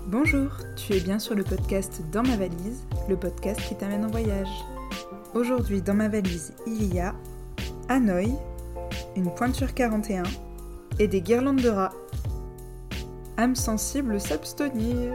Bonjour, tu es bien sur le podcast Dans ma valise, le podcast qui t'amène en voyage. Aujourd'hui, dans ma valise, il y a Hanoï, une pointure 41 et des guirlandes de rats. Âme sensible s'abstenir.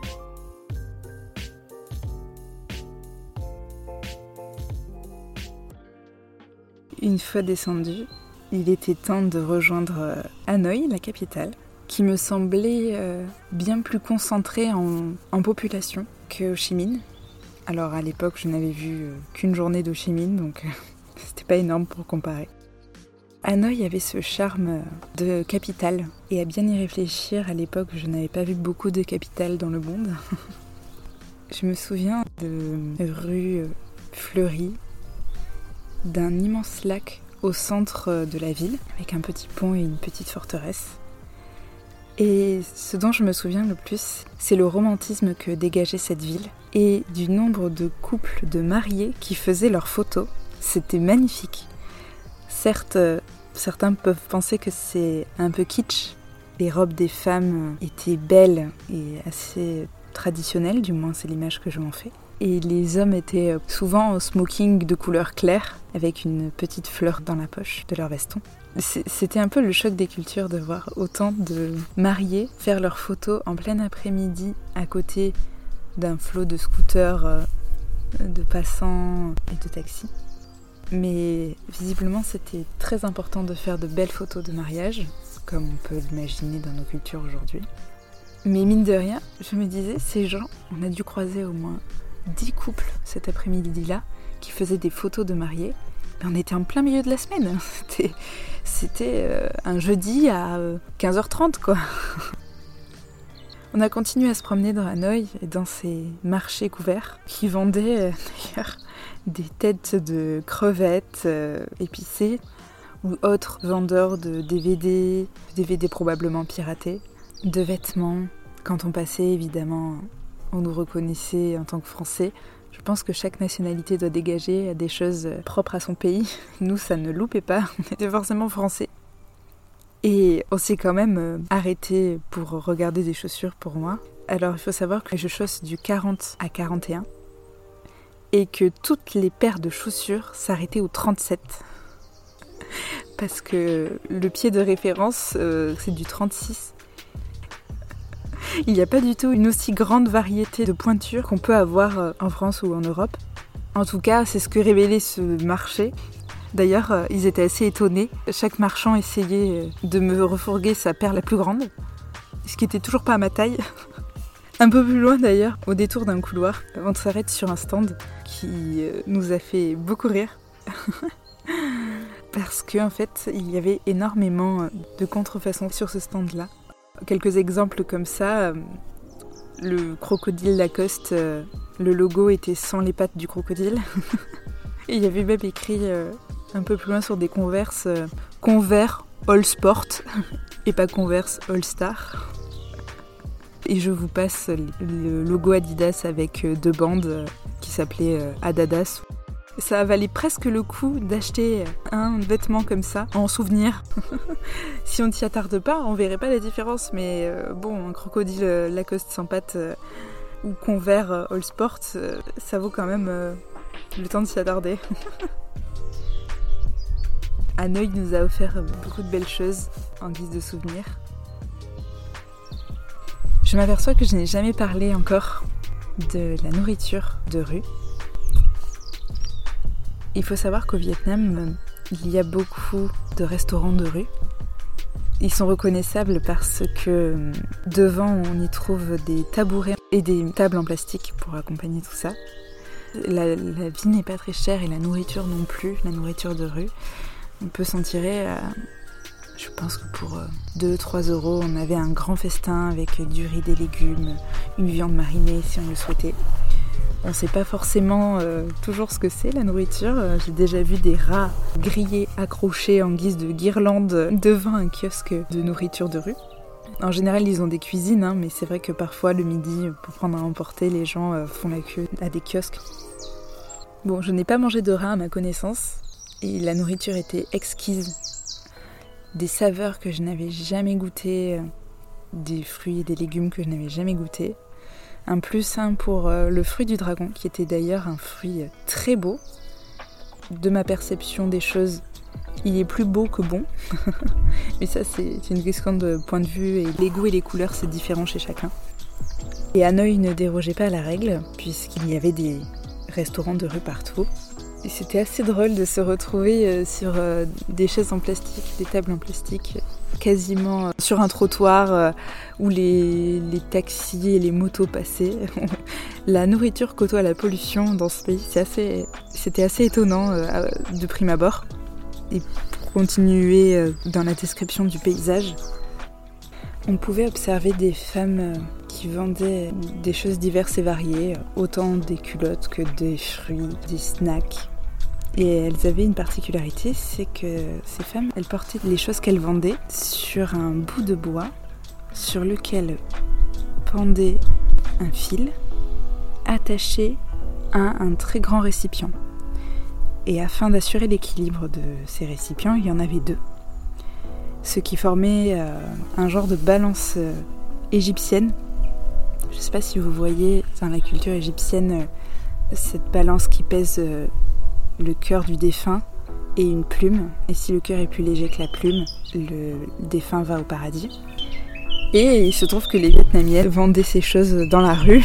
Une fois descendu, il était temps de rejoindre Hanoï, la capitale, qui me semblait bien plus concentrée en population que Ho Chi Minh. Alors à l'époque, je n'avais vu qu'une journée d'Ho Chi Minh, donc c'était pas énorme pour comparer. Hanoï avait ce charme de capitale, et à bien y réfléchir, à l'époque, je n'avais pas vu beaucoup de capitales dans le monde. Je me souviens de rues fleuries, d'un immense lac au centre de la ville, avec un petit pont et une petite forteresse. Et ce dont je me souviens le plus, c'est le romantisme que dégageait cette ville et du nombre de couples de mariés qui faisaient leurs photos. C'était magnifique. Certes, certains peuvent penser que c'est un peu kitsch. Les robes des femmes étaient belles et assez traditionnelles, du moins c'est l'image que je m'en fais. Et les hommes étaient souvent en smoking de couleur claire, avec une petite fleur dans la poche de leur veston. C'était un peu le choc des cultures de voir autant de mariés faire leurs photos en plein après-midi à côté d'un flot de scooters, de passants et de taxis. Mais visiblement, c'était très important de faire de belles photos de mariage, comme on peut l'imaginer dans nos cultures aujourd'hui. Mais mine de rien, je me disais, ces gens, on a dû croiser au moins 10 couples cet après-midi-là qui faisaient des photos de mariés. Mais on était en plein milieu de la semaine. C'était un jeudi à 15h30, quoi. On a continué à se promener dans Hanoï et dans ces marchés couverts qui vendaient d'ailleurs des têtes de crevettes épicées ou autres vendeurs de DVD probablement piratés, de vêtements. Quand on passait, évidemment, on nous reconnaissait en tant que Français. Je pense que chaque nationalité doit dégager des choses propres à son pays. Nous, ça ne loupait pas, on était forcément français. Et on s'est quand même arrêté pour regarder des chaussures pour moi. Alors il faut savoir que je chausse du 40 à 41 et que toutes les paires de chaussures s'arrêtaient au 37. Parce que le pied de référence, c'est du 36. Il n'y a pas du tout une aussi grande variété de pointures qu'on peut avoir en France ou en Europe. En tout cas, c'est ce que révélait ce marché. D'ailleurs, ils étaient assez étonnés. Chaque marchand essayait de me refourguer sa paire la plus grande, ce qui était toujours pas à ma taille. Un peu plus loin d'ailleurs, au détour d'un couloir, on s'arrête sur un stand qui nous a fait beaucoup rire. Parce qu'en fait, il y avait énormément de contrefaçons sur ce stand-là. Quelques exemples comme ça, le crocodile Lacoste, le logo était sans les pattes du crocodile. Et il y avait même écrit un peu plus loin sur des Converse, Converse All Sport et pas Converse All Star. Et je vous passe le logo Adidas avec deux bandes qui s'appelaient Adadas. Ça valait presque le coup d'acheter un vêtement comme ça en souvenir. Si on ne s'y attarde pas, on verrait pas la différence. Mais bon, un crocodile Lacoste sans pattes ou Converse All Sport, ça vaut quand même le temps de s'y attarder. Hanoï nous a offert beaucoup de belles choses en guise de souvenir. Je m'aperçois que je n'ai jamais parlé encore de la nourriture de rue. Il faut savoir qu'au Vietnam, il y a beaucoup de restaurants de rue. Ils sont reconnaissables parce que devant, on y trouve des tabourets et des tables en plastique pour accompagner tout ça. La vie n'est pas très chère et la nourriture non plus, la nourriture de rue. On peut s'en tirer, je pense que pour 2-3 euros, on avait un grand festin avec du riz, des légumes, une viande marinée si on le souhaitait. On ne sait pas forcément toujours ce que c'est la nourriture. J'ai déjà vu des rats grillés accrochés en guise de guirlande devant un kiosque de nourriture de rue. En général, ils ont des cuisines, mais c'est vrai que parfois, le midi, pour prendre à emporter, les gens font la queue à des kiosques. Bon, je n'ai pas mangé de rat à ma connaissance, et la nourriture était exquise. Des saveurs que je n'avais jamais goûtées, des fruits et des légumes que je n'avais jamais goûtés. Un plus 1 pour le fruit du dragon, qui était d'ailleurs un fruit très beau. De ma perception des choses, il est plus beau que bon. Mais ça, c'est une question de point de vue, et les goûts et les couleurs, c'est différent chez chacun. Et Hanoï ne dérogeait pas à la règle, puisqu'il y avait des restaurants de rue partout. Et c'était assez drôle de se retrouver sur des chaises en plastique, des tables en plastique, quasiment sur un trottoir où les taxis et les motos passaient. La nourriture côtoie la pollution dans ce pays, c'était assez étonnant de prime abord. Et pour continuer dans la description du paysage, on pouvait observer des femmes qui vendaient des choses diverses et variées, autant des culottes que des fruits, des snacks. Et elles avaient une particularité, c'est que ces femmes, elles portaient les choses qu'elles vendaient sur un bout de bois sur lequel pendait un fil attaché à un très grand récipient. Et afin d'assurer l'équilibre de ces récipients, il y en avait 2. Ce qui formait un genre de balance égyptienne. Je ne sais pas si vous voyez dans la culture égyptienne cette balance qui pèse le cœur du défunt et une plume. Et si le cœur est plus léger que la plume, le défunt va au paradis. Et il se trouve que les Vietnamiennes vendaient ces choses dans la rue.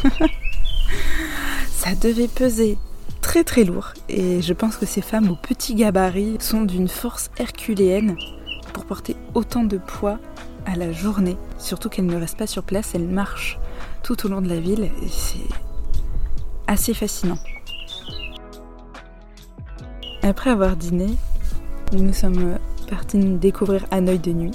Ça devait peser très très lourd. Et je pense que ces femmes au petit gabarit sont d'une force herculéenne pour porter autant de poids à la journée. Surtout qu'elles ne restent pas sur place, elles marchent tout au long de la ville. Et c'est assez fascinant. Après avoir dîné, nous sommes partis découvrir Hanoï de nuit.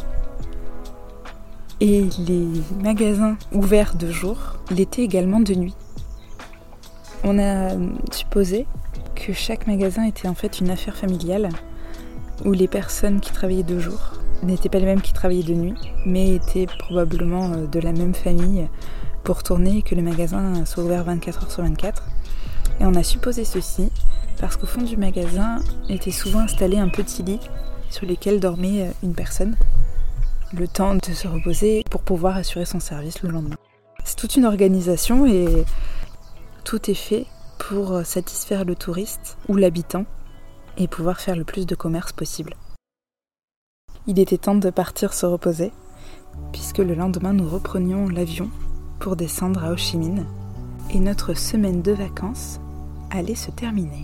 Et les magasins ouverts de jour l'étaient également de nuit. On a supposé que chaque magasin était en fait une affaire familiale où les personnes qui travaillaient de jour n'étaient pas les mêmes qui travaillaient de nuit, mais étaient probablement de la même famille pour tourner et que le magasin soit ouvert 24 heures sur 24. Et on a supposé ceci parce qu'au fond du magasin était souvent installé un petit lit sur lequel dormait une personne, le temps de se reposer pour pouvoir assurer son service le lendemain. C'est toute une organisation et tout est fait pour satisfaire le touriste ou l'habitant et pouvoir faire le plus de commerce possible. Il était temps de partir se reposer, puisque le lendemain nous reprenions l'avion pour descendre à Ho Chi Minh et notre semaine de vacances allait se terminer.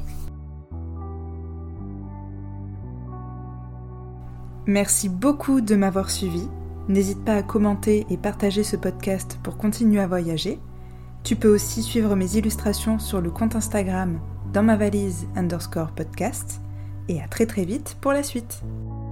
Merci beaucoup de m'avoir suivi. N'hésite pas à commenter et partager ce podcast pour continuer à voyager. Tu peux aussi suivre mes illustrations sur le compte Instagram dans ma valise _podcast. Et à très très vite pour la suite.